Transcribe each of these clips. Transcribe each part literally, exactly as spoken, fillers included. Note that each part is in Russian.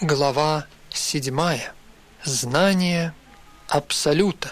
Глава седьмая. Знание Абсолюта.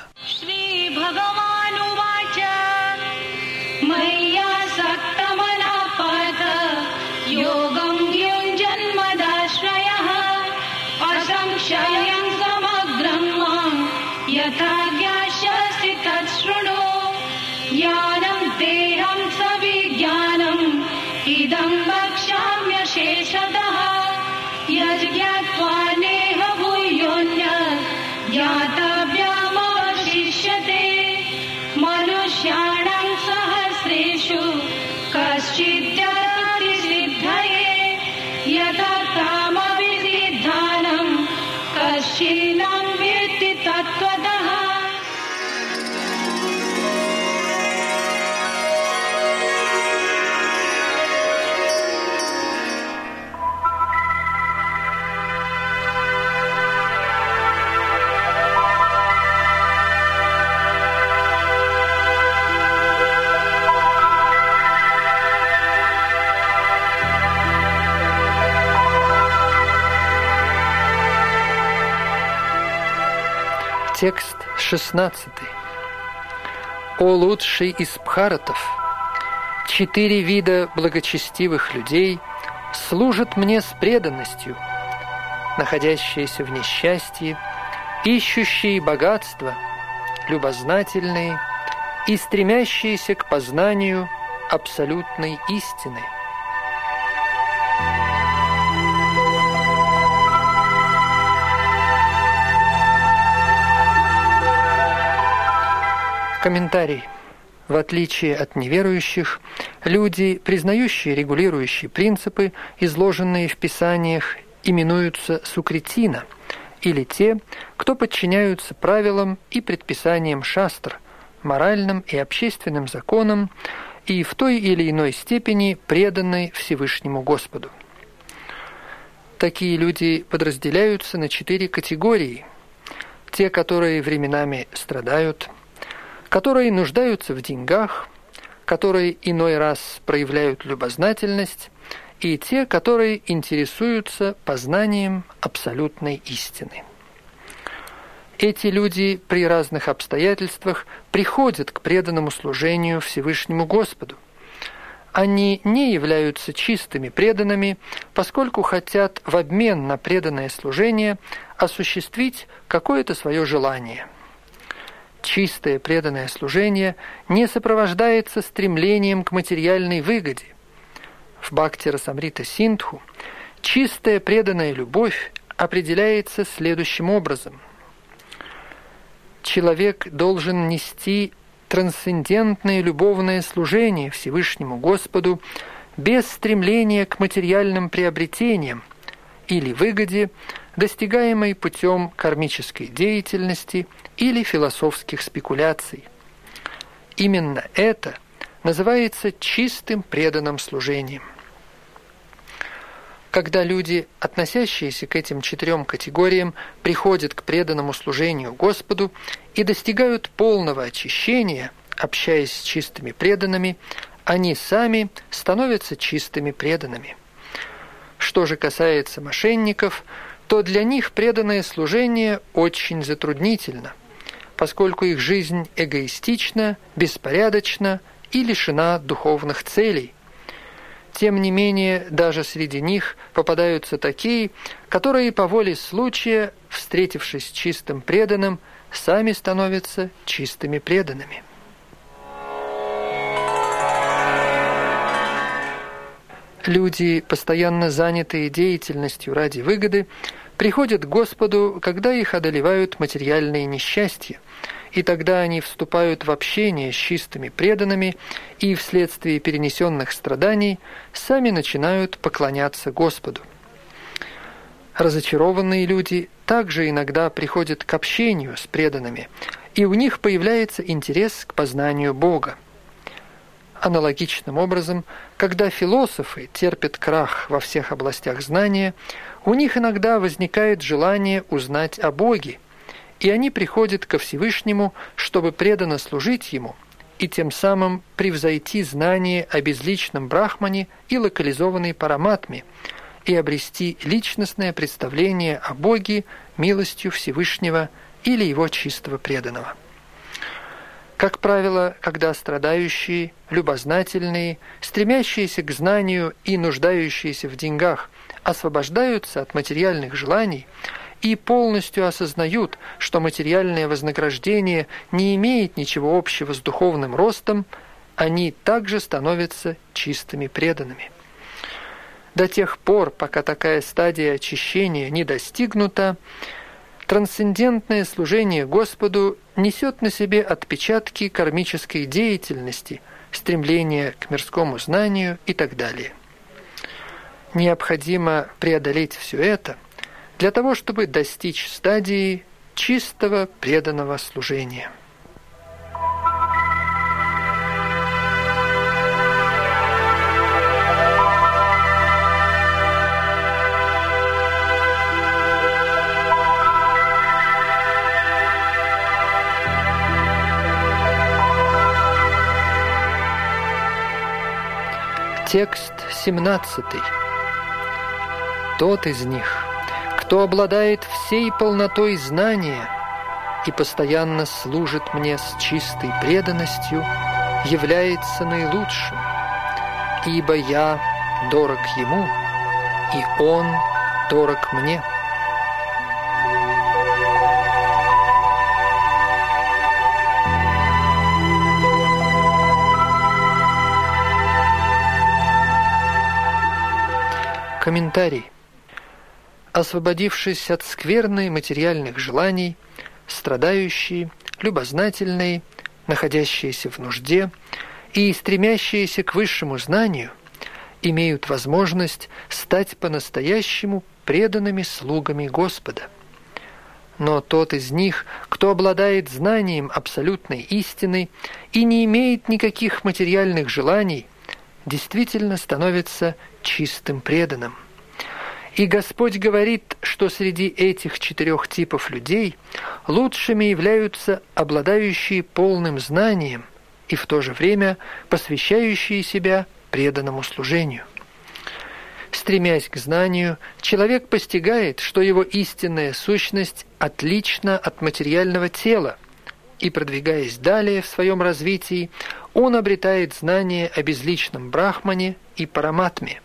Текст шестнадцатый. О лучший из бхаратов! Четыре вида благочестивых людей служат мне с преданностью, находящиеся в несчастье, ищущие богатство, любознательные и стремящиеся к познанию абсолютной истины. Комментарий. В отличие от неверующих, люди, признающие регулирующие принципы, изложенные в Писаниях, именуются сукритина, или те, кто подчиняются правилам и предписаниям шастр, моральным и общественным законам и в той или иной степени преданы Всевышнему Господу. Такие люди подразделяются на четыре категории. Те, которые временами страдают, которые нуждаются в деньгах, которые иной раз проявляют любознательность, и те, которые интересуются познанием абсолютной истины. Эти люди при разных обстоятельствах приходят к преданному служению Всевышнему Господу. Они не являются чистыми преданными, поскольку хотят в обмен на преданное служение осуществить какое-то свое желание. Чистое преданное служение не сопровождается стремлением к материальной выгоде. В Бхакти-расамрита Синдху чистая преданная любовь определяется следующим образом. Человек должен нести трансцендентное любовное служение Всевышнему Господу без стремления к материальным приобретениям или выгоде, достигаемой путем кармической деятельности или философских спекуляций. Именно это называется чистым преданным служением. Когда люди, относящиеся к этим четырем категориям, приходят к преданному служению Господу и достигают полного очищения, общаясь с чистыми преданными, они сами становятся чистыми преданными. Что же касается мошенников, то для них преданное служение очень затруднительно, поскольку их жизнь эгоистична, беспорядочна и лишена духовных целей. Тем не менее, даже среди них попадаются такие, которые по воле случая, встретившись с чистым преданным, сами становятся чистыми преданными. Люди, постоянно занятые деятельностью ради выгоды, приходят к Господу, когда их одолевают материальные несчастья, и тогда они вступают в общение с чистыми преданными и вследствие перенесенных страданий сами начинают поклоняться Господу. Разочарованные люди также иногда приходят к общению с преданными, и у них появляется интерес к познанию Бога. Аналогичным образом, когда философы терпят крах во всех областях знания, у них иногда возникает желание узнать о Боге, и они приходят ко Всевышнему, чтобы преданно служить Ему, и тем самым превзойти знание о безличном Брахмане и локализованной Параматме, и обрести личностное представление о Боге милостью Всевышнего или Его чистого преданного. Как правило, когда страдающие, любознательные, стремящиеся к знанию и нуждающиеся в деньгах освобождаются от материальных желаний и полностью осознают, что материальное вознаграждение не имеет ничего общего с духовным ростом, они также становятся чистыми преданными. До тех пор, пока такая стадия очищения не достигнута, трансцендентное служение Господу несет на себе отпечатки кармической деятельности, стремления к мирскому знанию и так далее. Необходимо преодолеть все это для того, чтобы достичь стадии чистого преданного служения. Текст семнадцатый. Тот из них, кто обладает всей полнотой знания и постоянно служит мне с чистой преданностью, является наилучшим, ибо я дорог ему, и он дорог мне. Комментарий. Освободившись от скверны материальных желаний, страдающие, любознательные, находящиеся в нужде и стремящиеся к высшему знанию имеют возможность стать по-настоящему преданными слугами Господа. Но тот из них, кто обладает знанием абсолютной истины и не имеет никаких материальных желаний, действительно становится чистым преданным. И Господь говорит, что среди этих четырех типов людей лучшими являются обладающие полным знанием и в то же время посвящающие себя преданному служению. Стремясь к знанию, человек постигает, что его истинная сущность отлична от материального тела, и, продвигаясь далее в своем развитии, он обретает знание о безличном Брахмане и Параматме.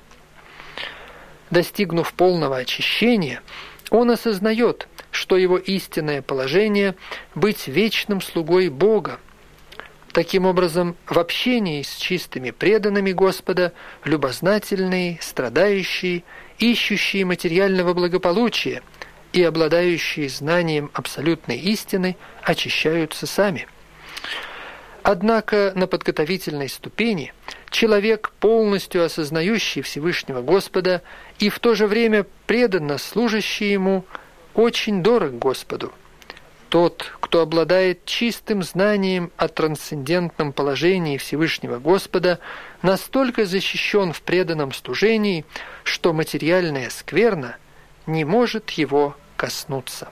Достигнув полного очищения, он осознает, что его истинное положение – быть вечным слугой Бога. Таким образом, в общении с чистыми преданными Господа любознательные, страдающие, ищущие материального благополучия и обладающие знанием абсолютной истины очищаются сами. Однако на подготовительной ступени человек, полностью осознающий Всевышнего Господа и в то же время преданно служащий Ему, очень дорог Господу. Тот, кто обладает чистым знанием о трансцендентном положении Всевышнего Господа, настолько защищен в преданном служении, что материальная скверна не может его коснуться.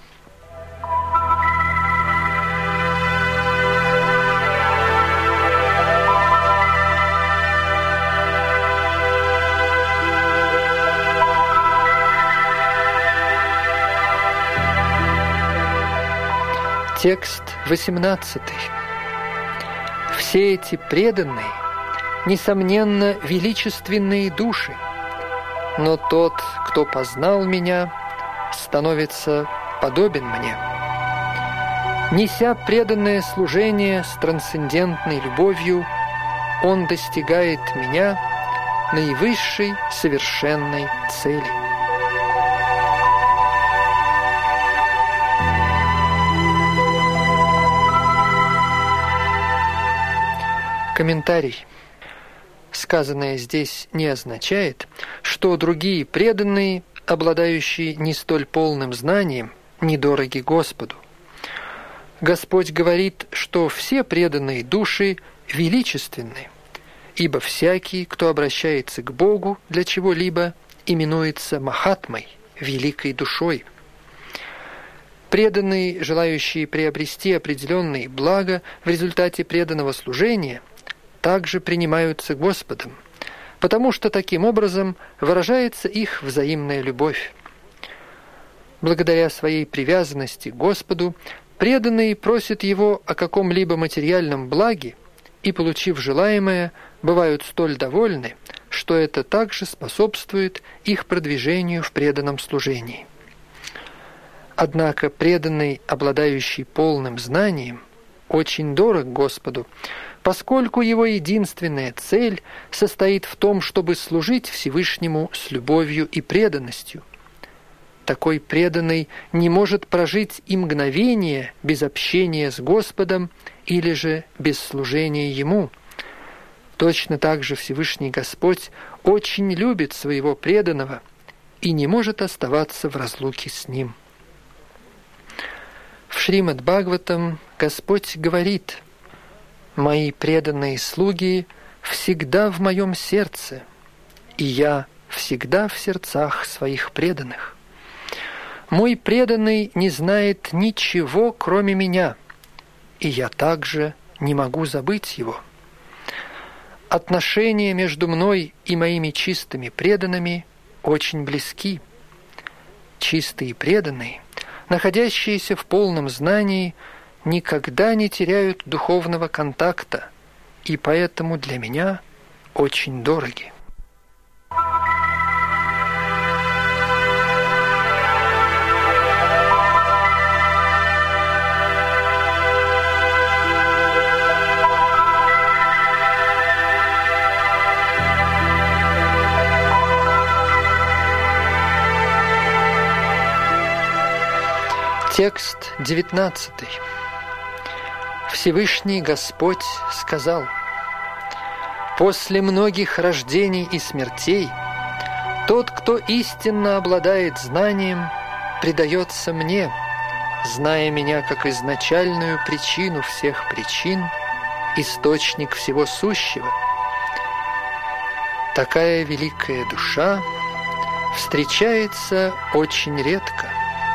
Текст восемнадцатый. Все эти преданные, несомненно, величественные души, но тот, кто познал меня, становится подобен мне. Неся преданное служение с трансцендентной любовью, он достигает меня, наивысшей совершенной цели. Комментарий. Сказанное здесь не означает, что другие преданные, обладающие не столь полным знанием, недороги Господу. Господь говорит, что все преданные души величественны, ибо всякий, кто обращается к Богу для чего-либо, именуется Махатмой, великой душой. Преданные, желающие приобрести определенные блага в результате преданного служения, также принимаются Господом, потому что таким образом выражается их взаимная любовь. Благодаря своей привязанности к Господу, преданные просят Его о каком-либо материальном благе и, получив желаемое, бывают столь довольны, что это также способствует их продвижению в преданном служении. Однако преданный, обладающий полным знанием, очень дорог Господу, поскольку его единственная цель состоит в том, чтобы служить Всевышнему с любовью и преданностью. Такой преданный не может прожить и мгновение без общения с Господом или же без служения Ему. Точно так же Всевышний Господь очень любит своего преданного и не может оставаться в разлуке с ним. В Шримад Бхагаватам Господь говорит: «Мои преданные слуги всегда в моем сердце, и я всегда в сердцах своих преданных. Мой преданный не знает ничего, кроме меня, и я также не могу забыть его. Отношения между мной и моими чистыми преданными очень близки. Чистые преданные, находящиеся в полном знании, никогда не теряют духовного контакта, и поэтому для меня очень дороги». Текст девятнадцатый. Всевышний Господь сказал: «После многих рождений и смертей тот, кто истинно обладает знанием, предается мне, зная меня как изначальную причину всех причин, источник всего сущего. Такая великая душа встречается очень редко».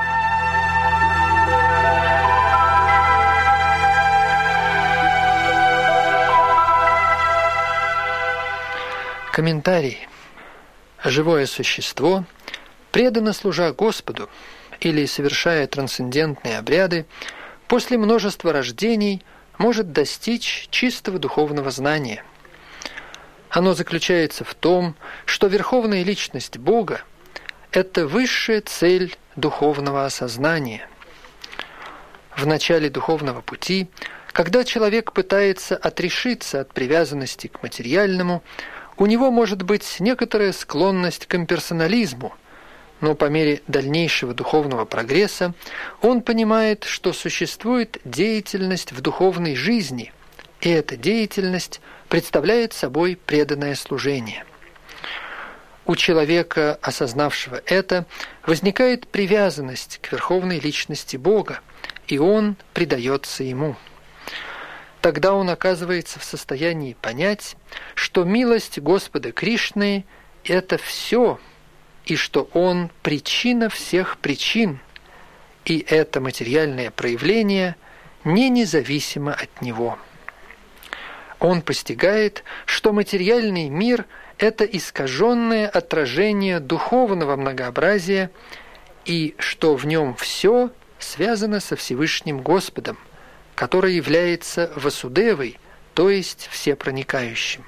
Комментарий. Живое существо, преданно служа Господу или совершая трансцендентные обряды, после множества рождений может достичь чистого духовного знания. Оно заключается в том, что Верховная Личность Бога – это высшая цель духовного осознания. В начале духовного пути, когда человек пытается отрешиться от привязанности к материальному, у него может быть некоторая склонность к имперсонализму, но по мере дальнейшего духовного прогресса он понимает, что существует деятельность в духовной жизни, и эта деятельность представляет собой преданное служение. У человека, осознавшего это, возникает привязанность к Верховной Личности Бога, и он предается Ему. Тогда он оказывается в состоянии понять, что милость Господа Кришны – это все, и что Он – причина всех причин, и это материальное проявление не независимо от Него. Он постигает, что материальный мир – это искаженное отражение духовного многообразия, и что в нем все связано со Всевышним Господом, который является Васудевой, то есть всепроникающим.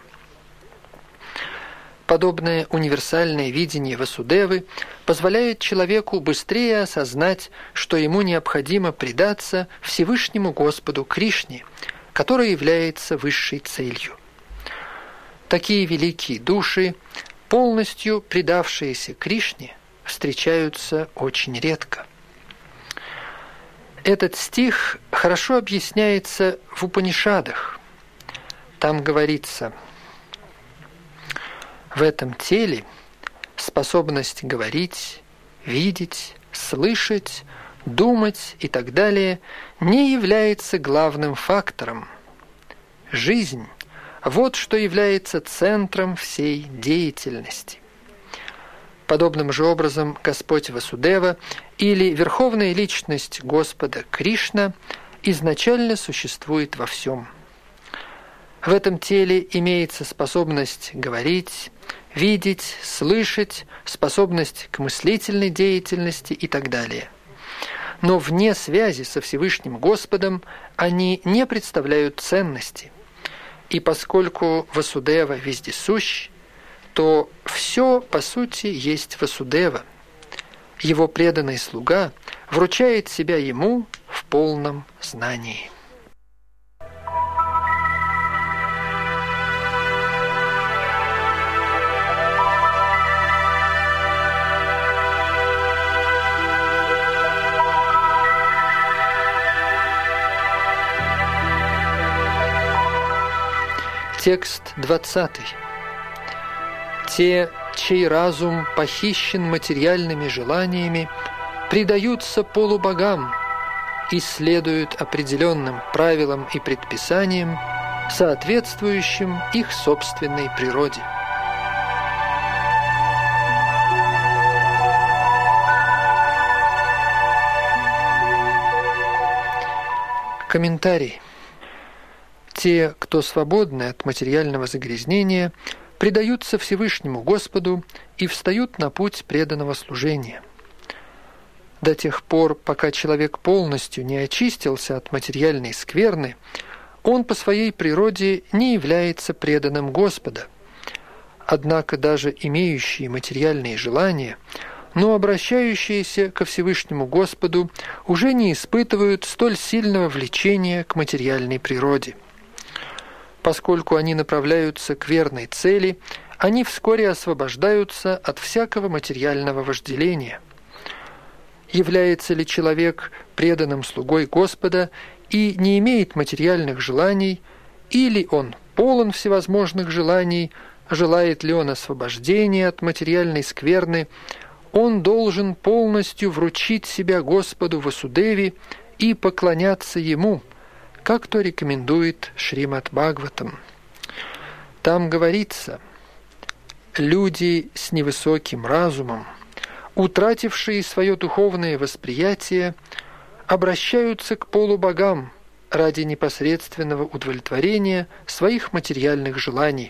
Подобное универсальное видение Васудевы позволяет человеку быстрее осознать, что ему необходимо предаться Всевышнему Господу Кришне, который является высшей целью. Такие великие души, полностью предавшиеся Кришне, встречаются очень редко. Этот стих хорошо объясняется в Упанишадах. Там говорится: «В этом теле способность говорить, видеть, слышать, думать и так далее не является главным фактором. Жизнь – вот что является центром всей деятельности». Подобным же образом Господь Васудева или Верховная Личность Господа Кришна изначально существует во всем. В этом теле имеется способность говорить, видеть, слышать, способность к мыслительной деятельности и так далее. Но вне связи со Всевышним Господом они не представляют ценности. И поскольку Васудева вездесущ, то все, по сути, есть Васудева. Его преданный слуга вручает себя ему в полном знании. Текст двадцатый. Те, чей разум похищен материальными желаниями, предаются полубогам и следуют определенным правилам и предписаниям, соответствующим их собственной природе. Комментарий. Те, кто свободны от материального загрязнения, предаются Всевышнему Господу и встают на путь преданного служения. До тех пор, пока человек полностью не очистился от материальной скверны, он по своей природе не является преданным Господа. Однако даже имеющие материальные желания, но обращающиеся ко Всевышнему Господу, уже не испытывают столь сильного влечения к материальной природе. Поскольку они направляются к верной цели, они вскоре освобождаются от всякого материального вожделения. Является ли человек преданным слугой Господа и не имеет материальных желаний, или он полон всевозможных желаний, желает ли он освобождения от материальной скверны, он должен полностью вручить себя Господу Васудеве и поклоняться Ему, как то рекомендует Шримад Бхагаватам. Там говорится: люди с невысоким разумом, утратившие свое духовное восприятие, обращаются к полубогам ради непосредственного удовлетворения своих материальных желаний.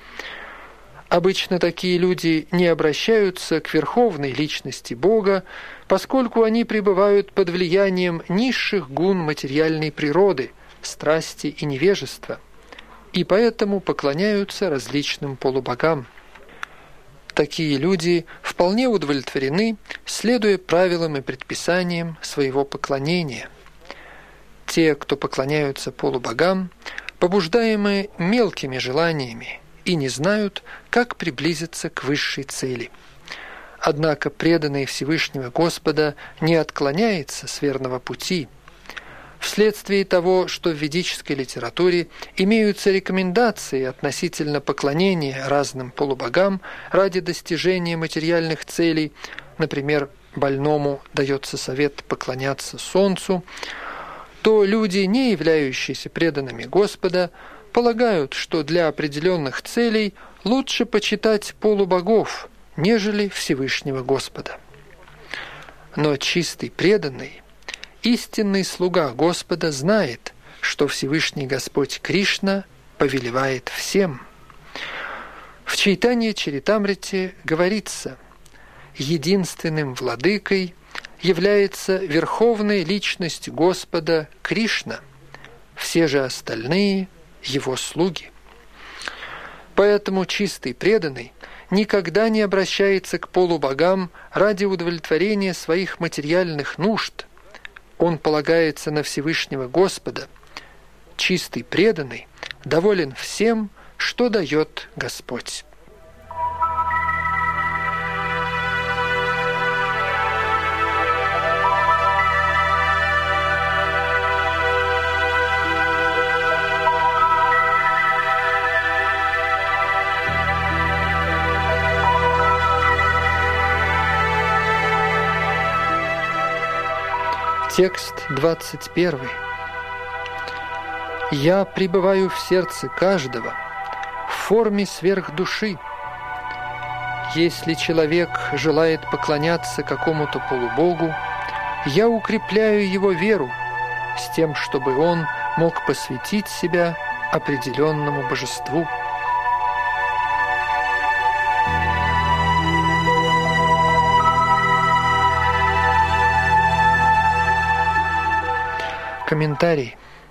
Обычно такие люди не обращаются к верховной личности Бога, поскольку они пребывают под влиянием низших гун материальной природы, страсти и невежества, и поэтому поклоняются различным полубогам. Такие люди вполне удовлетворены, следуя правилам и предписаниям своего поклонения. Те, кто поклоняются полубогам, побуждаемые мелкими желаниями, и не знают, как приблизиться к высшей цели. Однако преданный Всевышнего Господа не отклоняется с верного пути. Вследствие того, что в ведической литературе имеются рекомендации относительно поклонения разным полубогам ради достижения материальных целей, например, больному дается совет поклоняться солнцу, то люди, не являющиеся преданными Господа, полагают, что для определенных целей лучше почитать полубогов, нежели Всевышнего Господа. Но чистый преданный, истинный слуга Господа знает, что Всевышний Господь Кришна повелевает всем. В Чайтанья Чаритамрите говорится: единственным владыкой является верховная личность Господа Кришна, все же остальные – его слуги. Поэтому чистый преданный никогда не обращается к полубогам ради удовлетворения своих материальных нужд. Он полагается на Всевышнего Господа. Чистый преданный доволен всем, что дает Господь. Текст двадцать первый. «Я пребываю в сердце каждого, в форме сверхдуши. Если человек желает поклоняться какому-то полубогу, я укрепляю его веру с тем, чтобы он мог посвятить себя определенному божеству». Комментарий.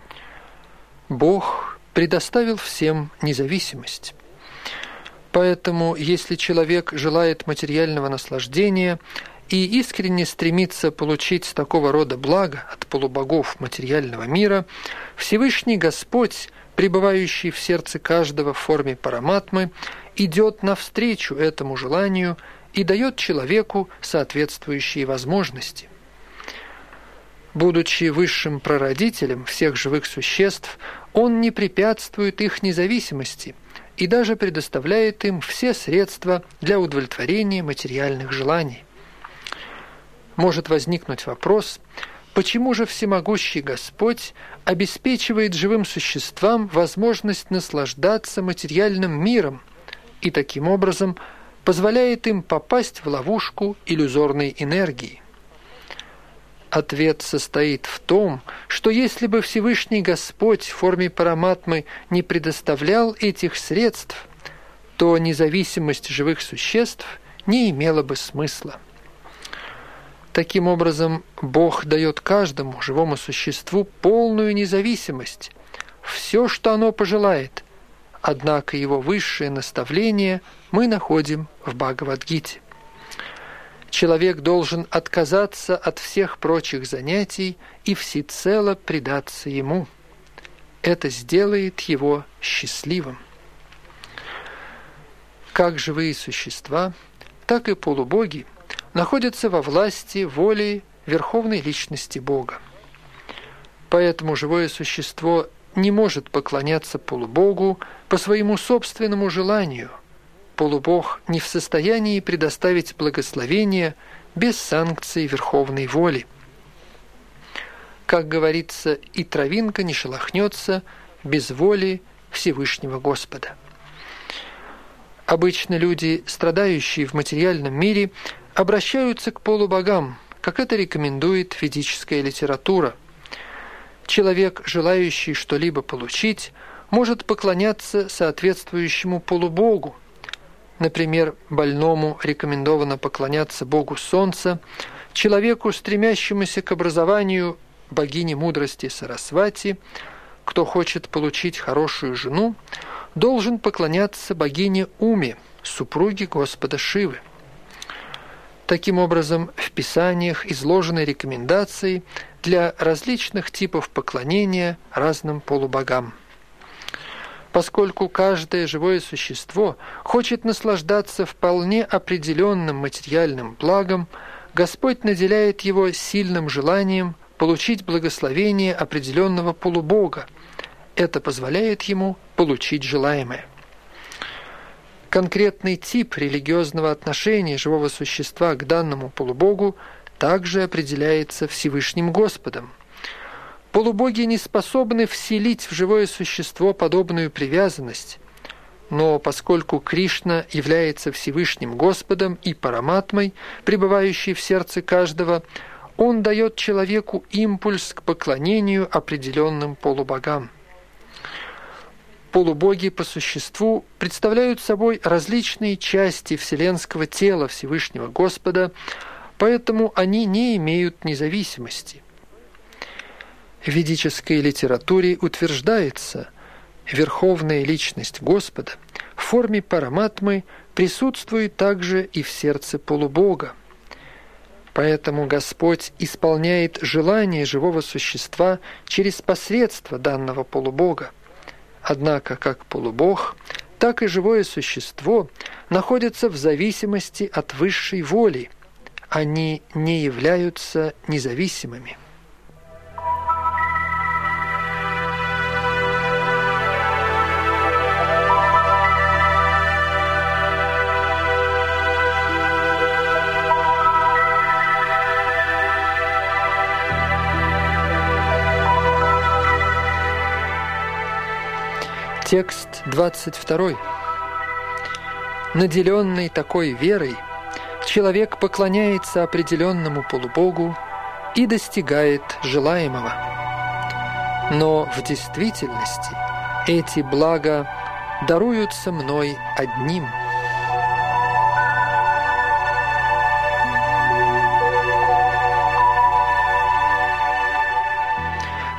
Бог предоставил всем независимость. Поэтому, если человек желает материального наслаждения и искренне стремится получить такого рода благо от полубогов материального мира, Всевышний Господь, пребывающий в сердце каждого в форме параматмы, идет навстречу этому желанию и дает человеку соответствующие возможности. Будучи высшим прародителем всех живых существ, он не препятствует их независимости и даже предоставляет им все средства для удовлетворения материальных желаний. Может возникнуть вопрос, почему же всемогущий Господь обеспечивает живым существам возможность наслаждаться материальным миром и таким образом позволяет им попасть в ловушку иллюзорной энергии? Ответ состоит в том, что если бы Всевышний Господь в форме параматмы не предоставлял этих средств, то независимость живых существ не имела бы смысла. Таким образом, Бог дает каждому живому существу полную независимость, все, что оно пожелает, однако его высшее наставление мы находим в Бхагавад-гите. Человек должен отказаться от всех прочих занятий и всецело предаться ему. Это сделает его счастливым. Как живые существа, так и полубоги находятся во власти воли Верховной Личности Бога. Поэтому живое существо не может поклоняться полубогу по своему собственному желанию. Полубог не в состоянии предоставить благословение без санкций Верховной воли. Как говорится, и травинка не шелохнется без воли Всевышнего Господа. Обычно люди, страдающие в материальном мире, обращаются к полубогам, как это рекомендует ведическая литература. Человек, желающий что-либо получить, может поклоняться соответствующему полубогу. Например, больному рекомендовано поклоняться богу Солнца, человеку, стремящемуся к образованию, богине мудрости Сарасвати, кто хочет получить хорошую жену, должен поклоняться богине Уме, супруге Господа Шивы. Таким образом, в Писаниях изложены рекомендации для различных типов поклонения разным полубогам. Поскольку каждое живое существо хочет наслаждаться вполне определенным материальным благом, Господь наделяет его сильным желанием получить благословение определенного полубога. Это позволяет ему получить желаемое. Конкретный тип религиозного отношения живого существа к данному полубогу также определяется Всевышним Господом. Полубоги не способны вселить в живое существо подобную привязанность, но поскольку Кришна является Всевышним Господом и Параматмой, пребывающей в сердце каждого, он дает человеку импульс к поклонению определенным полубогам. Полубоги по существу представляют собой различные части вселенского тела Всевышнего Господа, поэтому они не имеют независимости. В ведической литературе утверждается, Верховная Личность Господа в форме параматмы присутствует также и в сердце полубога. Поэтому Господь исполняет желание живого существа через посредство данного полубога. Однако как полубог, так и живое существо находятся в зависимости от высшей воли. Они не являются независимыми. Текст двадцать два. Наделенный такой верой, человек поклоняется определенному полубогу и достигает желаемого. Но в действительности эти блага даруются мной одним.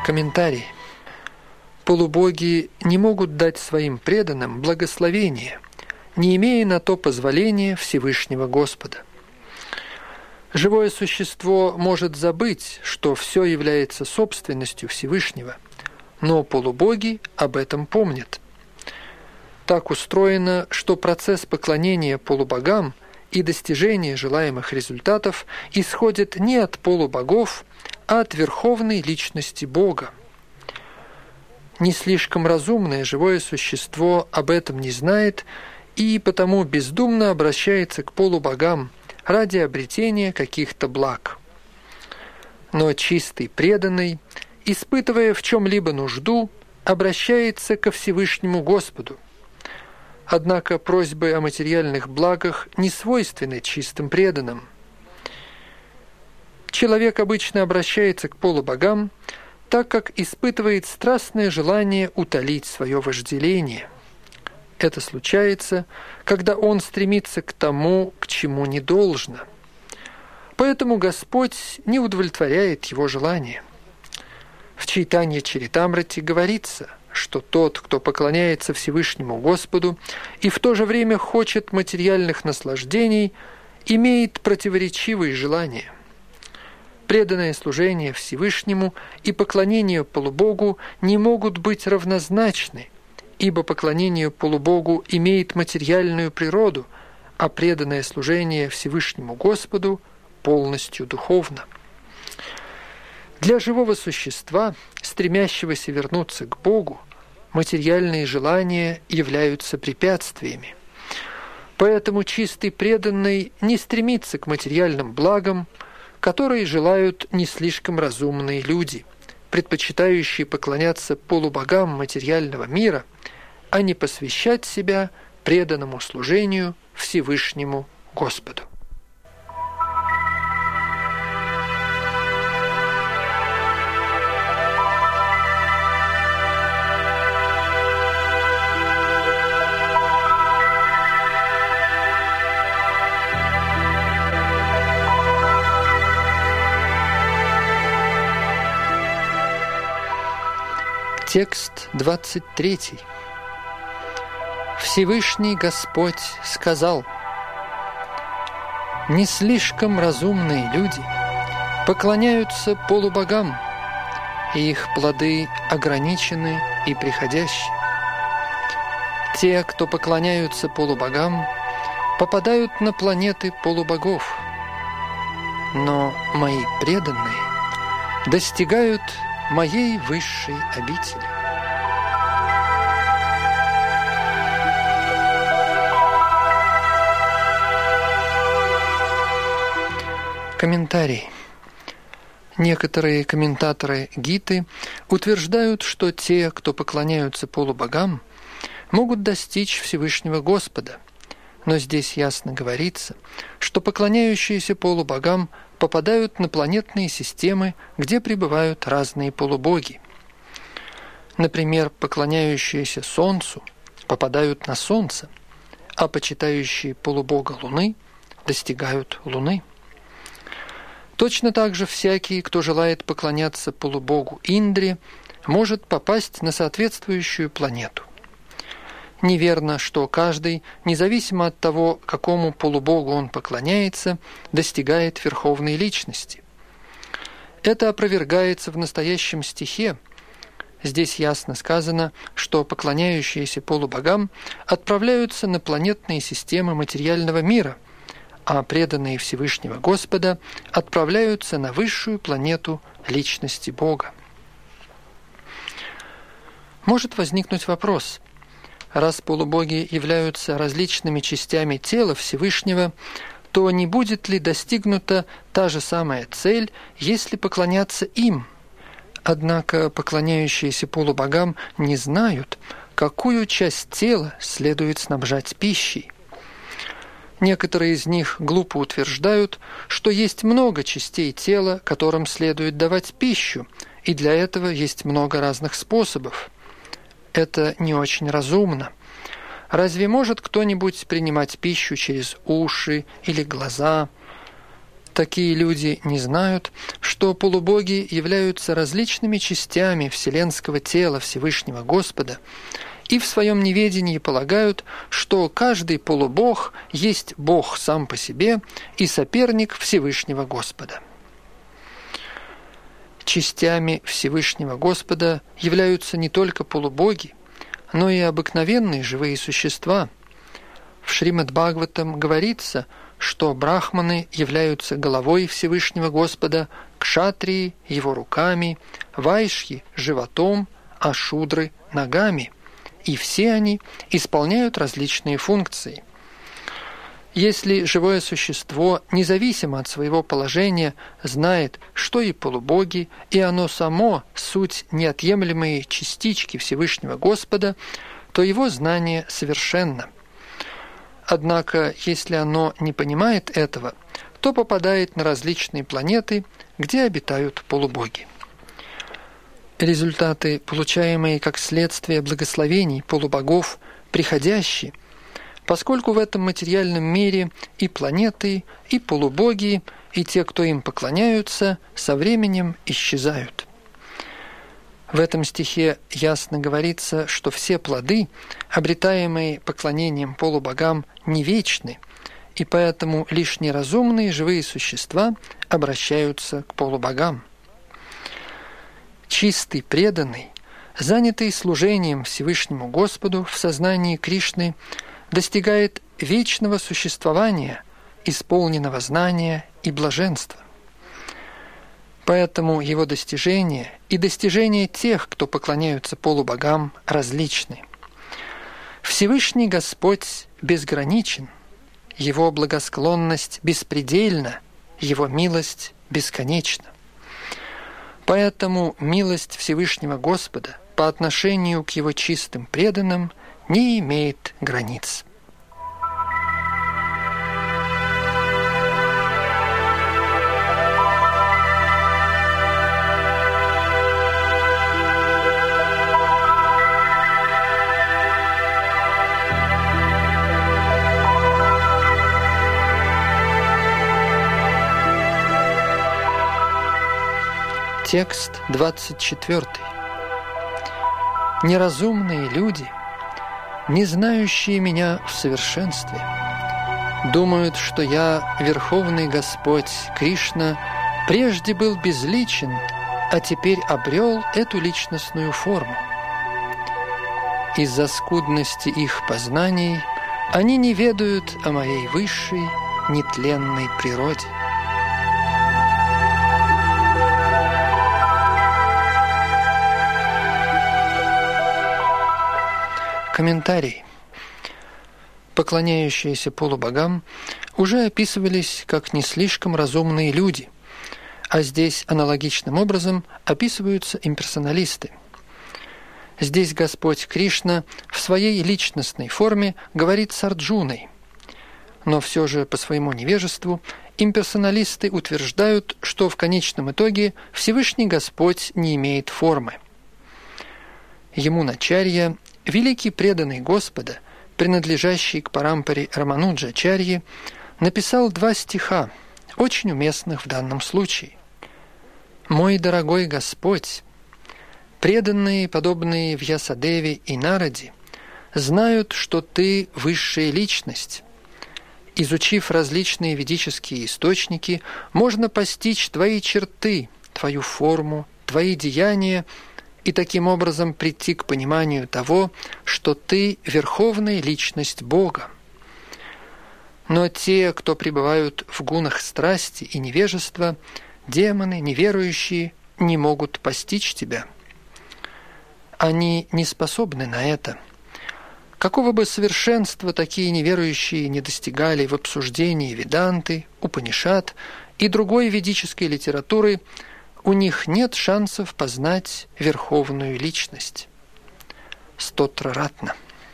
Комментарий. Полубоги не могут дать своим преданным благословение, не имея на то позволения Всевышнего Господа. Живое существо может забыть, что все является собственностью Всевышнего, но полубоги об этом помнят. Так устроено, что процесс поклонения полубогам и достижения желаемых результатов исходит не от полубогов, а от верховной личности Бога. Не слишком разумное живое существо об этом не знает и потому бездумно обращается к полубогам ради обретения каких-то благ. Но чистый преданный, испытывая в чем-либо нужду, обращается ко Всевышнему Господу. Однако просьбы о материальных благах не свойственны чистым преданным. Человек обычно обращается к полубогам, так как испытывает страстное желание утолить свое вожделение. Это случается, когда он стремится к тому, к чему не должно. Поэтому Господь не удовлетворяет его желание. В Чайтанья Чаритамрити говорится, что тот, кто поклоняется Всевышнему Господу и в то же время хочет материальных наслаждений, имеет противоречивые желания. Преданное служение Всевышнему и поклонение полубогу не могут быть равнозначны, ибо поклонение полубогу имеет материальную природу, а преданное служение Всевышнему Господу полностью духовно. Для живого существа, стремящегося вернуться к Богу, материальные желания являются препятствиями. Поэтому чистый преданный не стремится к материальным благам, которые желают не слишком разумные люди, предпочитающие поклоняться полубогам материального мира, а не посвящать себя преданному служению Всевышнему Господу. Текст двадцать третий. Всевышний Господь сказал: «Не слишком разумные люди поклоняются полубогам, и их плоды ограничены и приходящие. Те, кто поклоняются полубогам, попадают на планеты полубогов, но мои преданные достигают моей высшей обители». Комментарий. Некоторые комментаторы Гиты утверждают, что те, кто поклоняются полубогам, могут достичь Всевышнего Господа. Но здесь ясно говорится, что поклоняющиеся полубогам попадают на планетные системы, где пребывают разные полубоги. Например, поклоняющиеся Солнцу попадают на Солнце, а почитающие полубога Луны достигают Луны. Точно так же всякий, кто желает поклоняться полубогу Индре, может попасть на соответствующую планету. Неверно, что каждый, независимо от того, какому полубогу он поклоняется, достигает верховной личности. Это опровергается в настоящем стихе. Здесь ясно сказано, что поклоняющиеся полубогам отправляются на планетные системы материального мира, а преданные Всевышнего Господа отправляются на высшую планету личности Бога. Может возникнуть вопрос: раз полубоги являются различными частями тела Всевышнего, то не будет ли достигнута та же самая цель, если поклоняться им? Однако поклоняющиеся полубогам не знают, какую часть тела следует снабжать пищей. Некоторые из них глупо утверждают, что есть много частей тела, которым следует давать пищу, и для этого есть много разных способов. Это не очень разумно. Разве может кто-нибудь принимать пищу через уши или глаза? Такие люди не знают, что полубоги являются различными частями вселенского тела Всевышнего Господа, и в своем неведении полагают, что каждый полубог есть Бог сам по себе и соперник Всевышнего Господа. Частями Всевышнего Господа являются не только полубоги, но и обыкновенные живые существа. В Шримад-Бхагаватам говорится, что брахманы являются головой Всевышнего Господа, кшатрии – его руками, вайшьи – животом, а шудры – ногами, и все они исполняют различные функции. Если живое существо, независимо от своего положения, знает, что и полубоги, и оно само – суть неотъемлемые частички Всевышнего Господа, то его знание совершенно. Однако, если оно не понимает этого, то попадает на различные планеты, где обитают полубоги. Результаты, получаемые как следствие благословений полубогов, приходящие, поскольку в этом материальном мире и планеты, и полубоги, и те, кто им поклоняются, со временем исчезают. В этом стихе ясно говорится, что все плоды, обретаемые поклонением полубогам, не вечны, и поэтому лишь неразумные живые существа обращаются к полубогам. Чистый преданный, занятый служением Всевышнему Господу в сознании Кришны, достигает вечного существования, исполненного знания и блаженства. Поэтому его достижения и достижения тех, кто поклоняются полубогам, различны. Всевышний Господь безграничен, Его благосклонность беспредельна, Его милость бесконечна. Поэтому милость Всевышнего Господа по отношению к Его чистым преданным не имеет границ. Текст двадцать четвёртый. Неразумные люди, не знающие меня в совершенстве, думают, что я, Верховный Господь Кришна, прежде был безличен, а теперь обрел эту личностную форму. Из-за скудности их познаний они не ведают о моей высшей, нетленной природе. Комментарий. Поклоняющиеся полубогам уже описывались как не слишком разумные люди, а здесь аналогичным образом описываются имперсоналисты. Здесь Господь Кришна в своей личностной форме говорит с Арджуной, но все же по своему невежеству имперсоналисты утверждают, что в конечном итоге Всевышний Господь не имеет формы. Ямуначарья, великий преданный Господа, принадлежащий к парампаре Рамануджачарьи, написал два стиха, очень уместных в данном случае. «Мой дорогой Господь, преданные, подобные Вьясадеве и Нараде, знают, что Ты высшая личность. Изучив различные ведические источники, можно постичь Твои черты, Твою форму, Твои деяния, и таким образом прийти к пониманию того, что ты – верховная личность Бога. Но те, кто пребывают в гунах страсти и невежества, демоны, неверующие, не могут постичь тебя. Они не способны на это. Какого бы совершенства такие неверующие не достигали в обсуждении Веданты, Упанишад и другой ведической литературы, у них нет шансов познать верховную личность. Стотра Ратна.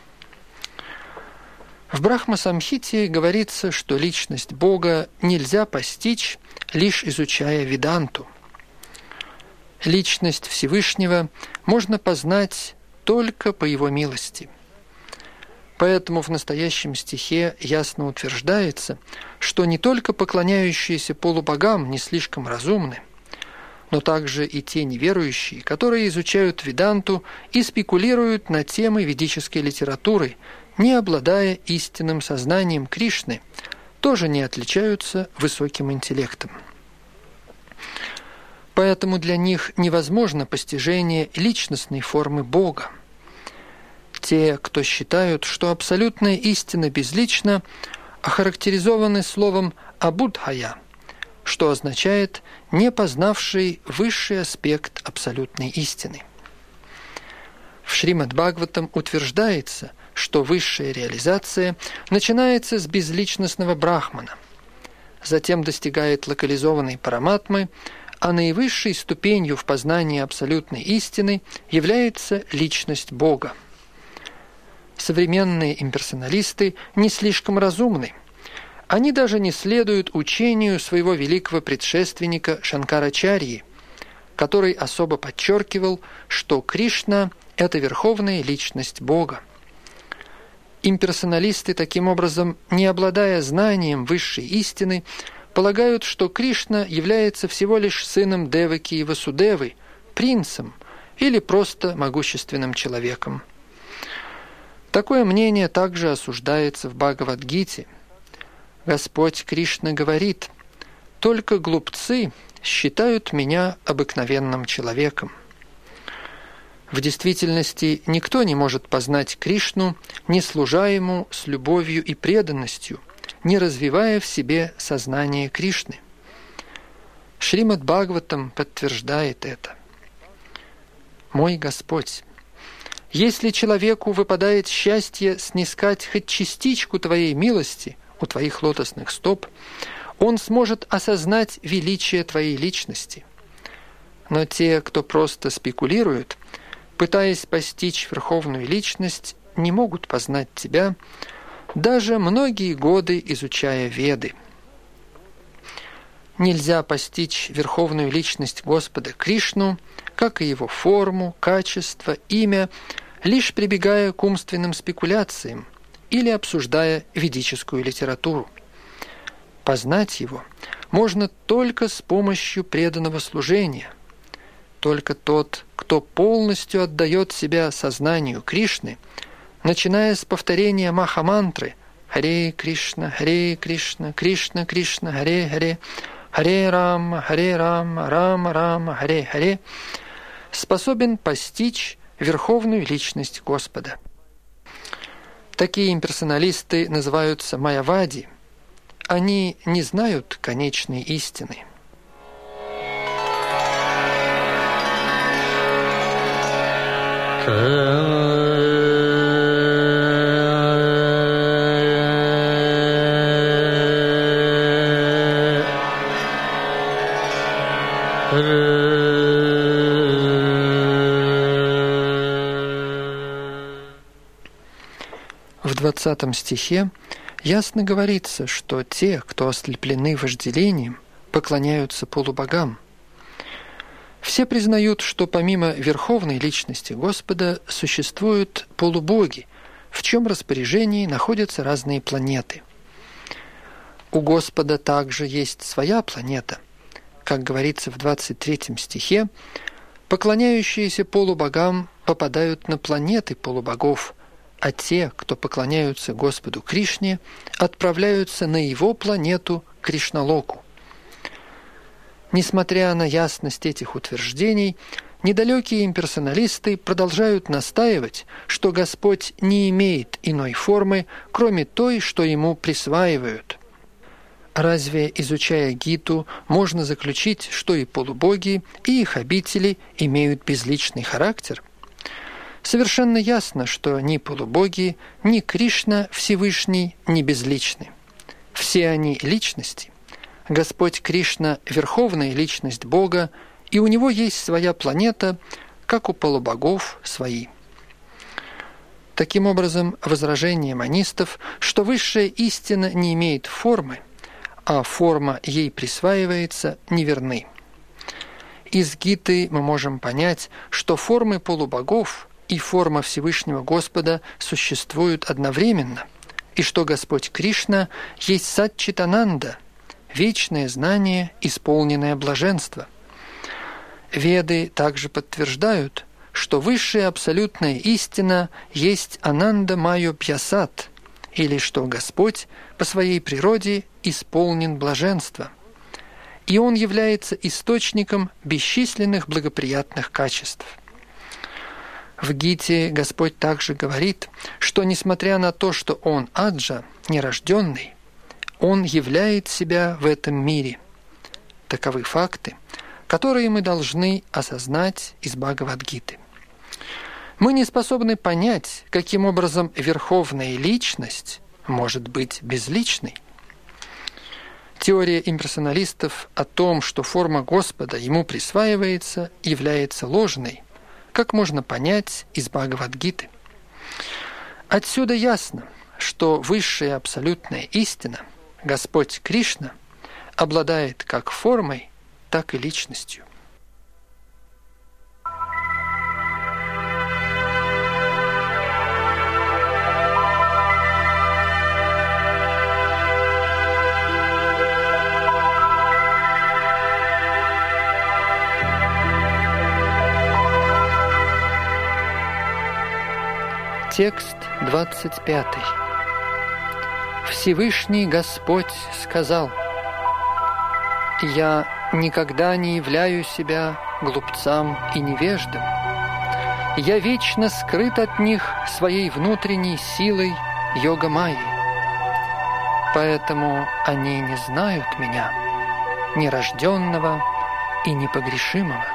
В Брахма-самхите говорится, что личность Бога нельзя постичь, лишь изучая Веданту. Личность Всевышнего можно познать только по Его милости. Поэтому в настоящем стихе ясно утверждается, что не только поклоняющиеся полубогам не слишком разумны, но также и те неверующие, которые изучают веданту и спекулируют на темы ведической литературы, не обладая истинным сознанием Кришны, тоже не отличаются высоким интеллектом. Поэтому для них невозможно постижение личностной формы Бога. Те, кто считают, что абсолютная истина безлична, охарактеризованы словом «абудхая», что означает «не познавший высший аспект абсолютной истины». В Шримад Бхагаватам утверждается, что высшая реализация начинается с безличностного брахмана, затем достигает локализованной параматмы, а наивысшей ступенью в познании абсолютной истины является личность Бога. Современные имперсоналисты не слишком разумны. Они даже не следуют учению своего великого предшественника Шанкарачарьи, который особо подчеркивал, что Кришна – это верховная личность Бога. Имперсоналисты, таким образом, не обладая знанием высшей истины, полагают, что Кришна является всего лишь сыном Деваки и Васудевы, принцем или просто могущественным человеком. Такое мнение также осуждается в Бхагавад-гите. Господь Кришна говорит: «Только глупцы считают меня обыкновенным человеком». В действительности никто не может познать Кришну, не служа ему с любовью и преданностью, не развивая в себе сознание Кришны. Шримад Бхагаватам подтверждает это. «Мой Господь, если человеку выпадает счастье снискать хоть частичку Твоей милости у Твоих лотосных стоп, он сможет осознать величие Твоей личности. Но те, кто просто спекулируют, пытаясь постичь верховную личность, не могут познать Тебя, даже многие годы изучая Веды. Нельзя постичь верховную личность Господа Кришну, как и его форму, качество, имя, лишь прибегая к умственным спекуляциям или обсуждая ведическую литературу. Познать его можно только с помощью преданного служения. Только тот, кто полностью отдает себя сознанию Кришны, начиная с повторения Маха-мантры «Харе Кришна, Харе Кришна, Кришна Кришна, Харе Харе, Харе Рама, Харе Рама, Рама Рама, Харе Харе», способен постичь верховную личность Господа. Такие имперсоналисты называются майявади. Они не знают конечной истины. В двадцатом стихе ясно говорится, что те, кто ослеплены вожделением, поклоняются полубогам. Все признают, что помимо верховной личности Господа существуют полубоги, в чем распоряжении находятся разные планеты. У Господа также есть своя планета. Как говорится в двадцать третьем стихе, поклоняющиеся полубогам попадают на планеты полубогов, а те, кто поклоняются Господу Кришне, отправляются на его планету Кришналоку. Несмотря на ясность этих утверждений, недалекие имперсоналисты продолжают настаивать, что Господь не имеет иной формы, кроме той, что ему присваивают. Разве, изучая Гиту, можно заключить, что и полубоги, и их обители имеют безличный характер? Совершенно ясно, что ни полубоги, ни Кришна Всевышний не безличны. Все они личности. Господь Кришна – верховная личность Бога, и у него есть своя планета, как у полубогов свои. Таким образом, возражение монистов, что высшая истина не имеет формы, а форма ей присваивается, неверны. Из Гиты мы можем понять, что формы полубогов и форма Всевышнего Господа существуют одновременно, и что Господь Кришна есть Сатчитананда, вечное знание, исполненное блаженства. Веды также подтверждают, что высшая абсолютная истина есть Ананда Майо Бьясат, или что Господь по своей природе исполнен блаженства, и Он является источником бесчисленных благоприятных качеств. В Гите Господь также говорит, что несмотря на то, что Он Аджа, нерожденный, Он являет себя в этом мире. Таковы факты, которые мы должны осознать из Бхагавад-гиты. Мы не способны понять, каким образом верховная личность может быть безличной. Теория имперсоналистов о том, что форма Господа ему присваивается, является ложной, как можно понять из Бхагавад-гиты. Отсюда ясно, что высшая абсолютная истина, Господь Кришна, обладает как формой, так и личностью. Текст двадцать пятый. Всевышний Господь сказал: «Я никогда не являю себя глупцам и невеждам. Я вечно скрыт от них своей внутренней силой йога-майи. Поэтому они не знают меня, нерожденного и непогрешимого».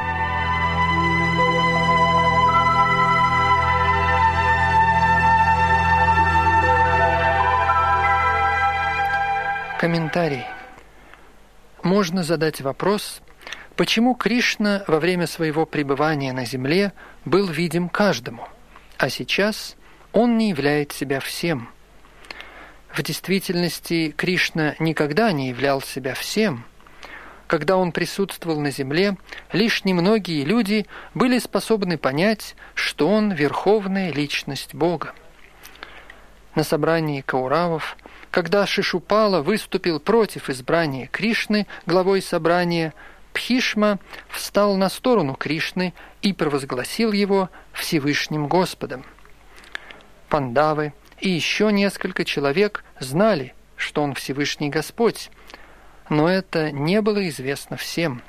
Комментарий. Можно задать вопрос, почему Кришна во время своего пребывания на земле был видим каждому, а сейчас он не являет себя всем. В действительности Кришна никогда не являл себя всем. Когда он присутствовал на земле, лишь немногие люди были способны понять, что он верховная личность Бога. На собрании Кауравов, когда Шишупала выступил против избрания Кришны главой собрания, Бхишма встал на сторону Кришны и провозгласил его Всевышним Господом. Пандавы и еще несколько человек знали, что он Всевышний Господь, но это не было известно всем.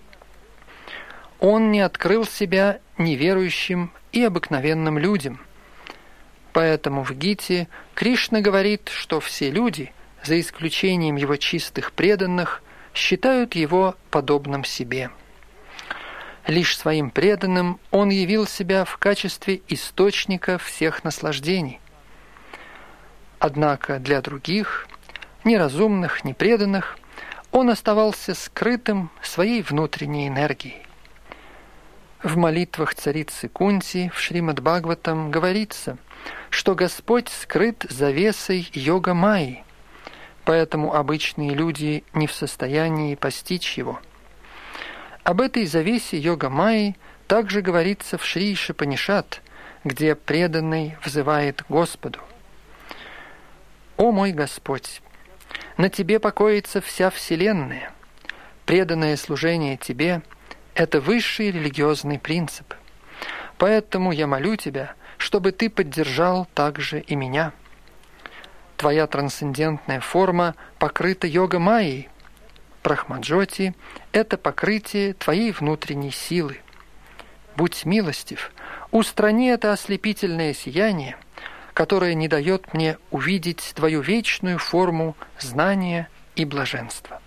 Он не открыл себя неверующим и обыкновенным людям. Поэтому в Гите Кришна говорит, что все люди, за исключением его чистых преданных, считают его подобным себе. Лишь своим преданным он явил себя в качестве источника всех наслаждений. Однако для других, неразумных, непреданных, он оставался скрытым своей внутренней энергией. В молитвах царицы Кунти в Шримад-Бхагаватам говорится, что Господь скрыт завесой йога-майи, поэтому обычные люди не в состоянии постичь его. Об этой завесе йога-майи также говорится в Шри Ишупанишад, где преданный взывает Господу: «О мой Господь, на Тебе покоится вся Вселенная. Преданное служение Тебе – это высший религиозный принцип. Поэтому я молю Тебя, чтобы Ты поддержал также и меня. Твоя трансцендентная форма покрыта йога-майей. Брахмаджоти – это покрытие Твоей внутренней силы. Будь милостив, устрани это ослепительное сияние, которое не дает мне увидеть Твою вечную форму знания и блаженства».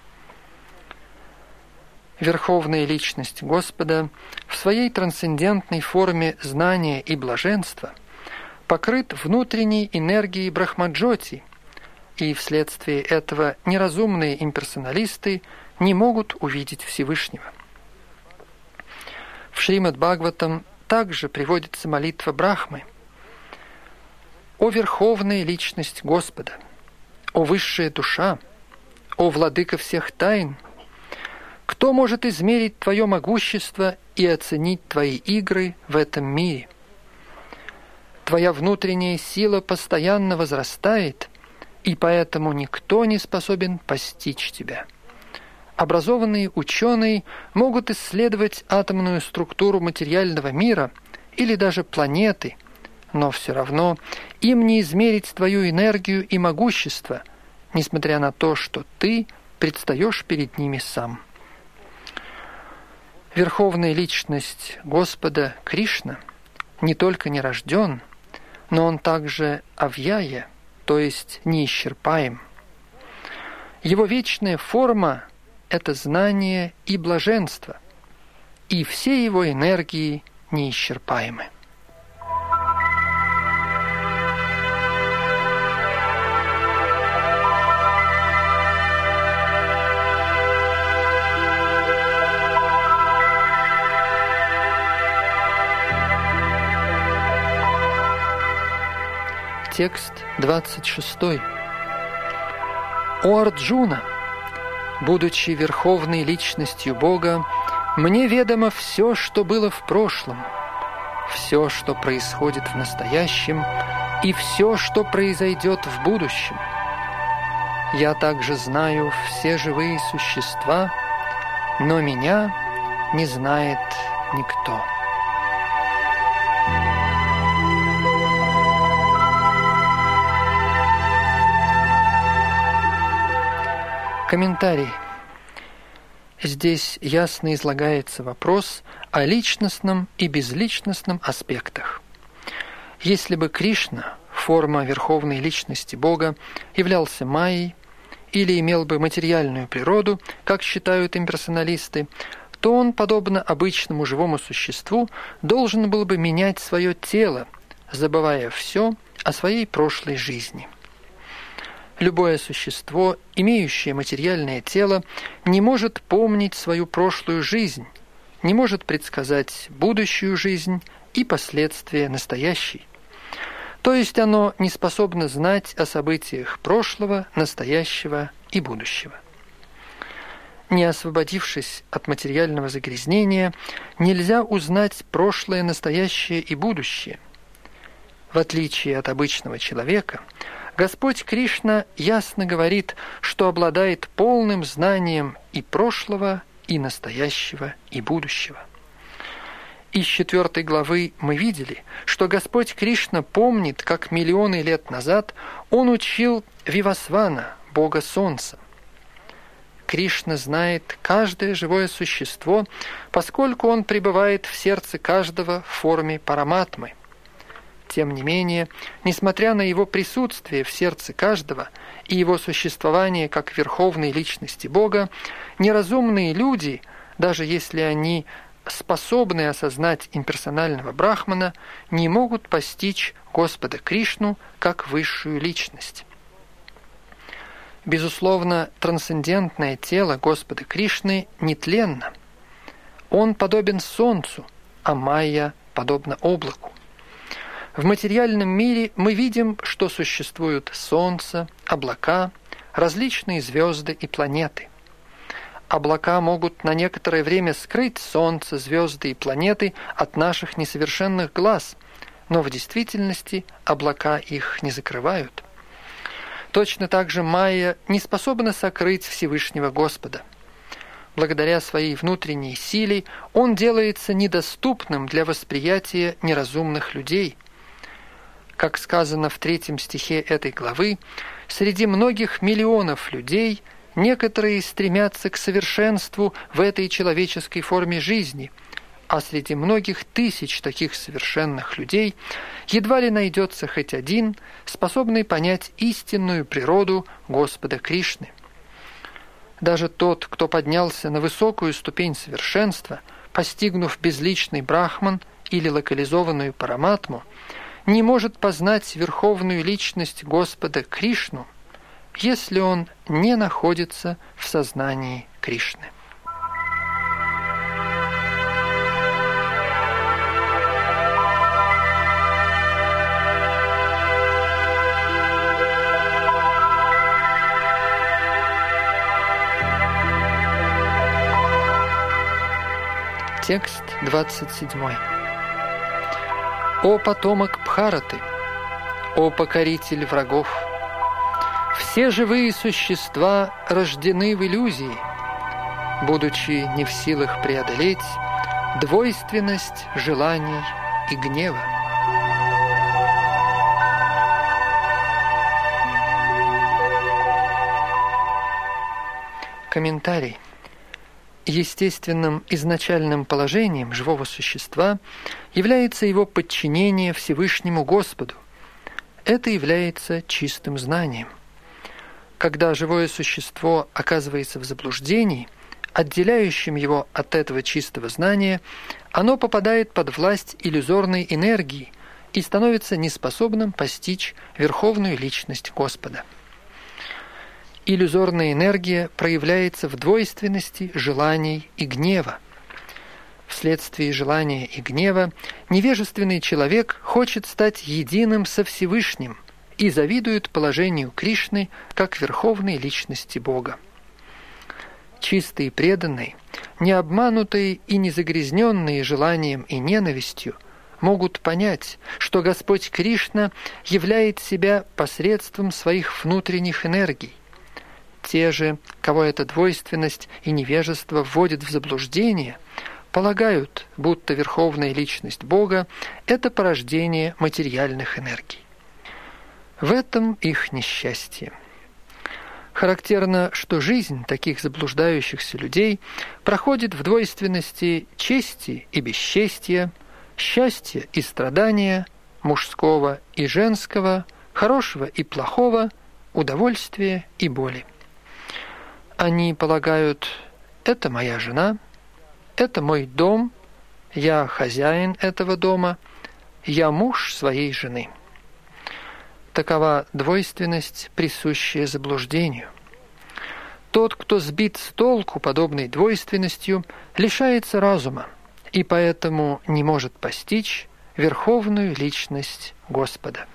Верховная личность Господа в своей трансцендентной форме знания и блаженства покрыт внутренней энергией Брахмаджоти, и вследствие этого неразумные имперсоналисты не могут увидеть Всевышнего. В Шримад-Бхагаватам также приводится молитва Брахмы: «О верховная личность Господа! О высшая душа! О владыка всех тайн! Кто может измерить Твое могущество и оценить Твои игры в этом мире? Твоя внутренняя сила постоянно возрастает, и поэтому никто не способен постичь тебя. Образованные ученые могут исследовать атомную структуру материального мира или даже планеты, но все равно им не измерить твою энергию и могущество, несмотря на то, что ты предстаешь перед ними сам. Верховная личность Господа Кришна не только не рожден, но он также авьяя, то есть неисчерпаем. Его вечная форма – это знание и блаженство, и все его энергии неисчерпаемы. Текст двадцать шестой. «О Арджуна, будучи верховной личностью Бога, мне ведомо все, что было в прошлом, все, что происходит в настоящем, и все, что произойдет в будущем. Я также знаю все живые существа, но меня не знает никто». Комментарий. Здесь ясно излагается вопрос о личностном и безличностном аспектах. Если бы Кришна, форма верховной личности Бога, являлся майей или имел бы материальную природу, как считают имперсоналисты, то он, подобно обычному живому существу, должен был бы менять свое тело, забывая все о своей прошлой жизни. Любое существо, имеющее материальное тело, не может помнить свою прошлую жизнь, не может предсказать будущую жизнь и последствия настоящей. То есть оно не способно знать о событиях прошлого, настоящего и будущего. Не освободившись от материального загрязнения, нельзя узнать прошлое, настоящее и будущее. В отличие от обычного человека, Господь Кришна ясно говорит, что обладает полным знанием и прошлого, и настоящего, и будущего. Из четвертой главы мы видели, что Господь Кришна помнит, как миллионы лет назад Он учил Вивасвана, Бога Солнца. Кришна знает каждое живое существо, поскольку Он пребывает в сердце каждого в форме параматмы. Тем не менее, несмотря на его присутствие в сердце каждого и его существование как верховной личности Бога, неразумные люди, даже если они способны осознать имперсонального Брахмана, не могут постичь Господа Кришну как высшую личность. Безусловно, трансцендентное тело Господа Кришны нетленно. Он подобен солнцу, а майя подобна облаку. В материальном мире мы видим, что существуют солнце, облака, различные звезды и планеты. Облака могут на некоторое время скрыть солнце, звезды и планеты от наших несовершенных глаз, но в действительности облака их не закрывают. Точно так же майя не способна сокрыть Всевышнего Господа. Благодаря своей внутренней силе Он делается недоступным для восприятия неразумных людей. Как сказано в третьем стихе этой главы, среди многих миллионов людей некоторые стремятся к совершенству в этой человеческой форме жизни, а среди многих тысяч таких совершенных людей едва ли найдется хоть один, способный понять истинную природу Господа Кришны. Даже тот, кто поднялся на высокую ступень совершенства, постигнув безличный брахман или локализованную параматму, не может познать верховную личность Господа Кришну, если он не находится в сознании Кришны. Текст двадцать седьмой. О потомок Бхараты, о покоритель врагов! Все живые существа рождены в иллюзии, будучи не в силах преодолеть двойственность желаний и гнева. Комментарий. Естественным изначальным положением живого существа является его подчинение Всевышнему Господу. Это является чистым знанием. Когда живое существо оказывается в заблуждении, отделяющим его от этого чистого знания, оно попадает под власть иллюзорной энергии и становится неспособным постичь верховную личность Господа. Иллюзорная энергия проявляется в двойственности желаний и гнева. Вследствие желания и гнева невежественный человек хочет стать единым со Всевышним и завидует положению Кришны как верховной личности Бога. Чистые преданные, не обманутые и не загрязненные желанием и ненавистью, могут понять, что Господь Кришна являет себя посредством своих внутренних энергий. Те же, кого эта двойственность и невежество вводят в заблуждение, полагают, будто верховная личность Бога – это порождение материальных энергий. В этом их несчастье. Характерно, что жизнь таких заблуждающихся людей проходит в двойственности чести и бесчестия, счастья и страдания, мужского и женского, хорошего и плохого, удовольствия и боли. Они полагают, это моя жена, это мой дом, я хозяин этого дома, я муж своей жены. Такова двойственность, присущая заблуждению. Тот, кто сбит с толку подобной двойственностью, лишается разума и поэтому не может постичь верховную личность Господа.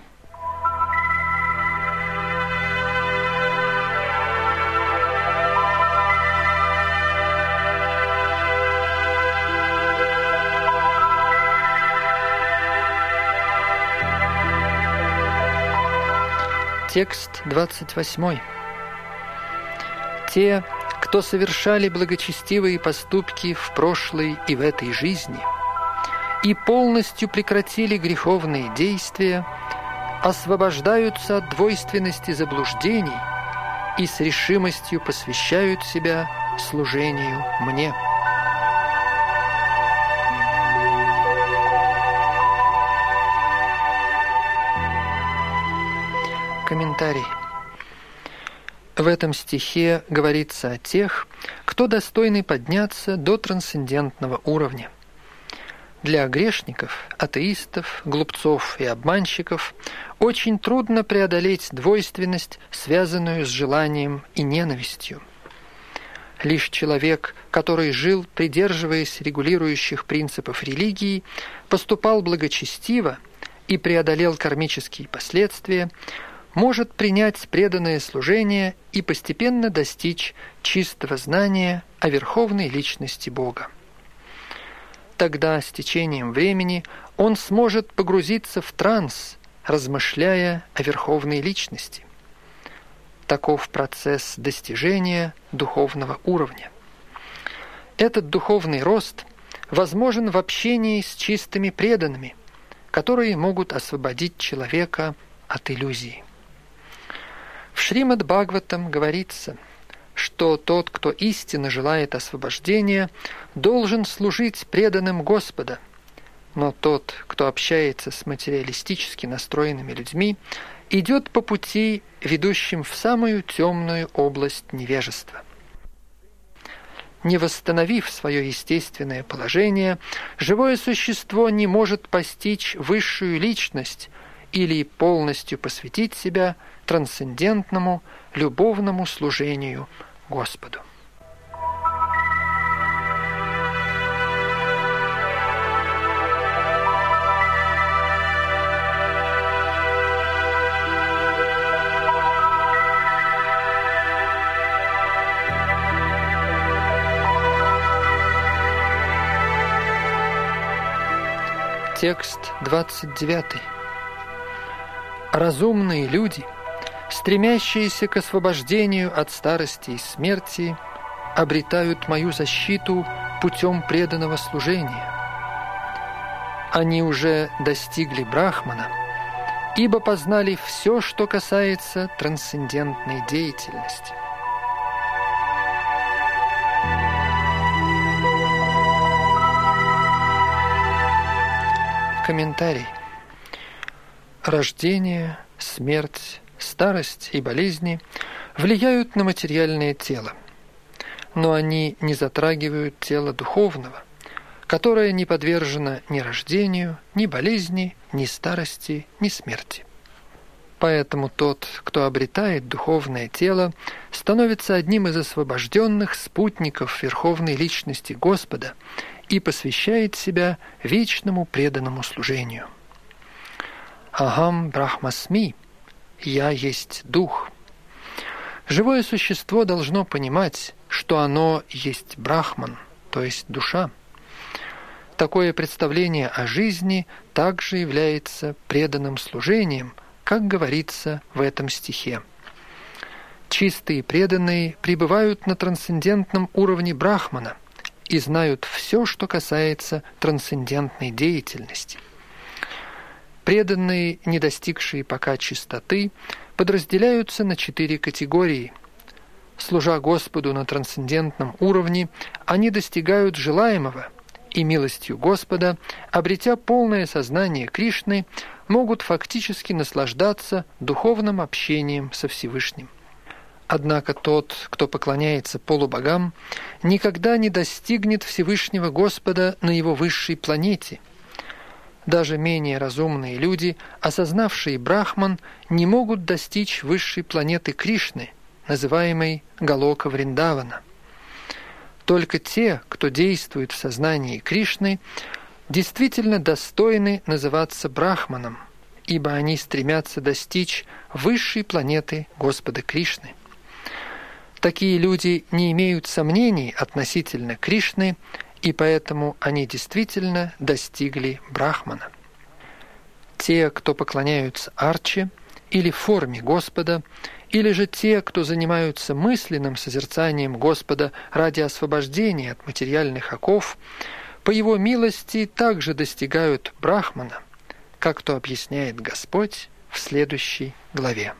Текст двадцать восьмой. Те, кто совершали благочестивые поступки в прошлой и в этой жизни и полностью прекратили греховные действия, освобождаются от двойственности заблуждений и с решимостью посвящают себя служению мне. Комментарий. В этом стихе говорится о тех, кто достойный подняться до трансцендентного уровня. Для грешников, атеистов, глупцов и обманщиков очень трудно преодолеть двойственность, связанную с желанием и ненавистью. Лишь человек, который жил, придерживаясь регулирующих принципов религии, поступал благочестиво и преодолел кармические последствия, может принять преданное служение и постепенно достичь чистого знания о верховной личности Бога. Тогда, с течением времени, он сможет погрузиться в транс, размышляя о верховной личности. Таков процесс достижения духовного уровня. Этот духовный рост возможен в общении с чистыми преданными, которые могут освободить человека от иллюзии. В Шримад Бхагаватам говорится, что тот, кто истинно желает освобождения, должен служить преданным Господа, но тот, кто общается с материалистически настроенными людьми, идет по пути, ведущим в самую темную область невежества. Не восстановив свое естественное положение, живое существо не может постичь высшую личность или полностью посвятить себя трансцендентному, любовному служению Господу. Текст двадцать девятый. Разумные люди, стремящиеся к освобождению от старости и смерти, обретают мою защиту путем преданного служения. Они уже достигли Брахмана, ибо познали все, что касается трансцендентной деятельности. Комментарий. Рождение, смерть, старость и болезни влияют на материальное тело, но они не затрагивают тело духовного, которое не подвержено ни рождению, ни болезни, ни старости, ни смерти. Поэтому тот, кто обретает духовное тело, становится одним из освобожденных спутников Верховной Личности Господа и посвящает себя вечному преданному служению. Ахам Брахмасми, я есть Дух. Живое существо должно понимать, что оно есть Брахман, то есть душа. Такое представление о жизни также является преданным служением, как говорится в этом стихе. Чистые преданные пребывают на трансцендентном уровне Брахмана и знают все, что касается трансцендентной деятельности. Преданные, не достигшие пока чистоты, подразделяются на четыре категории. Служа Господу на трансцендентном уровне, они достигают желаемого, и милостью Господа, обретя полное сознание Кришны, могут фактически наслаждаться духовным общением со Всевышним. Однако тот, кто поклоняется полубогам, никогда не достигнет Всевышнего Господа на его высшей планете. Даже менее разумные люди, осознавшие Брахман, не могут достичь высшей планеты Кришны, называемой Галока Вриндавана. Только те, кто действует в сознании Кришны, действительно достойны называться Брахманом, ибо они стремятся достичь высшей планеты Господа Кришны. Такие люди не имеют сомнений относительно Кришны, и поэтому они действительно достигли Брахмана. Те, кто поклоняются Арче или форме Господа, или же те, кто занимаются мысленным созерцанием Господа ради освобождения от материальных оков, по Его милости также достигают Брахмана, как то объясняет Господь в следующей главе.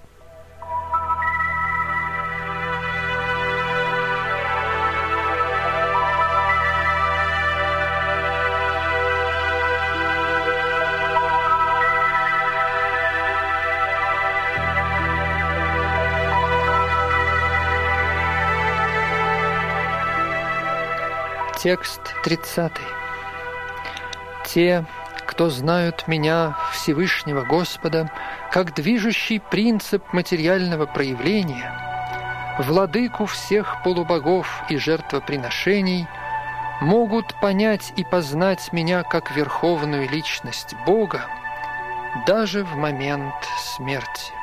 Текст тридцатый. Те, кто знают меня, Всевышнего Господа, как движущий принцип материального проявления, владыку всех полубогов и жертвоприношений, могут понять и познать меня как верховную личность Бога даже в момент смерти.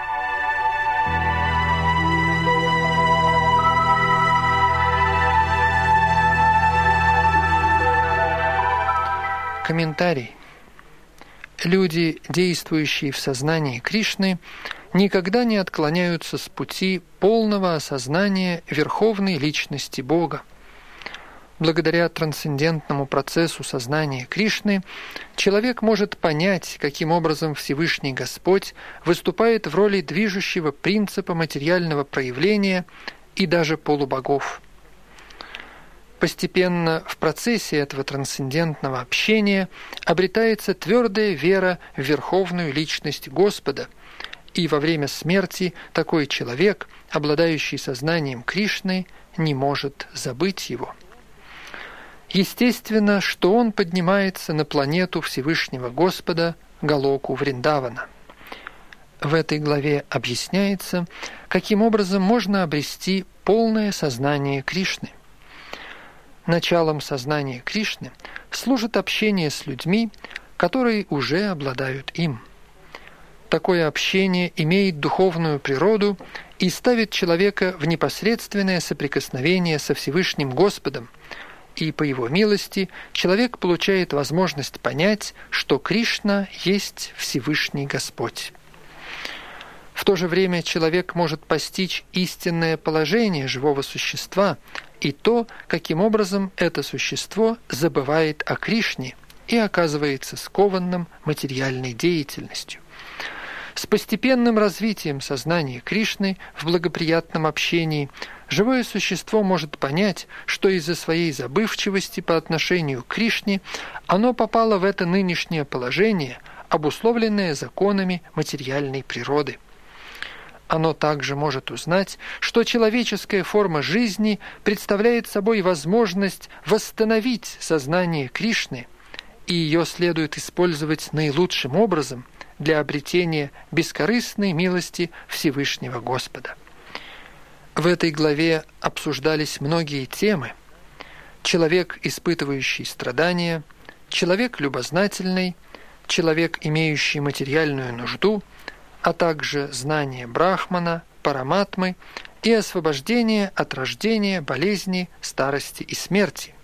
Комментарий. Люди, действующие в сознании Кришны, никогда не отклоняются с пути полного осознания Верховной Личности Бога. Благодаря трансцендентному процессу сознания Кришны человек может понять, каким образом Всевышний Господь выступает в роли движущего принципа материального проявления и даже полубогов. Постепенно в процессе этого трансцендентного общения обретается твердая вера в Верховную Личность Господа, и во время смерти такой человек, обладающий сознанием Кришны, не может забыть его. Естественно, что он поднимается на планету Всевышнего Господа, Галоку Вриндавана. В этой главе объясняется, каким образом можно обрести полное сознание Кришны. Началом сознания Кришны служит общение с людьми, которые уже обладают им. Такое общение имеет духовную природу и ставит человека в непосредственное соприкосновение со Всевышним Господом, и по его милости человек получает возможность понять, что Кришна есть Всевышний Господь. В то же время человек может постичь истинное положение живого существа и то, каким образом это существо забывает о Кришне и оказывается скованным материальной деятельностью. С постепенным развитием сознания Кришны в благоприятном общении живое существо может понять, что из-за своей забывчивости по отношению к Кришне оно попало в это нынешнее положение, обусловленное законами материальной природы. Оно также может узнать, что человеческая форма жизни представляет собой возможность восстановить сознание Кришны, и ее следует использовать наилучшим образом для обретения бескорыстной милости Всевышнего Господа. В этой главе обсуждались многие темы: человек, испытывающий страдания, человек любознательный, человек, имеющий материальную нужду, а также знание Брахмана, Параматмы и освобождение от рождения, болезни, старости и смерти.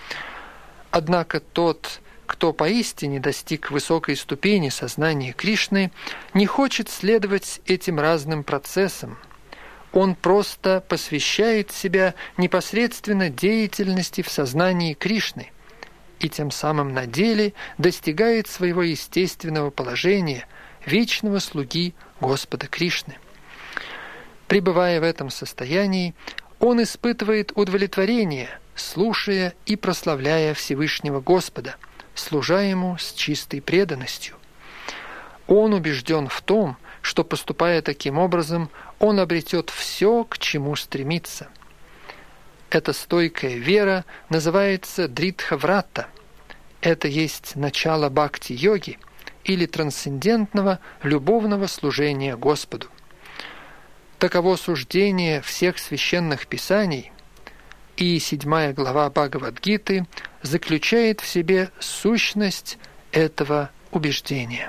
Однако тот, кто поистине достиг высокой ступени сознания Кришны, не хочет следовать этим разным процессам. Он просто посвящает себя непосредственно деятельности в сознании Кришны и тем самым на деле достигает своего естественного положения вечного слуги Господа Кришны. Пребывая в этом состоянии, он испытывает удовлетворение, слушая и прославляя Всевышнего Господа, служа Ему с чистой преданностью. Он убежден в том, что, поступая таким образом, он обретет все, к чему стремится. Эта стойкая вера называется дритха-врата. Это есть начало бхакти-йоги или трансцендентного любовного служения Господу. Таково суждение всех священных писаний, и седьмая глава Бхагавад-гиты заключает в себе сущность этого убеждения.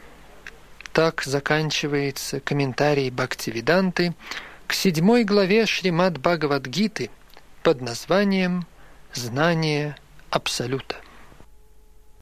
Так заканчивается комментарий Бхактивиданты к седьмой главе Шримад Бхагавад-гиты под названием «Знание Абсолюта».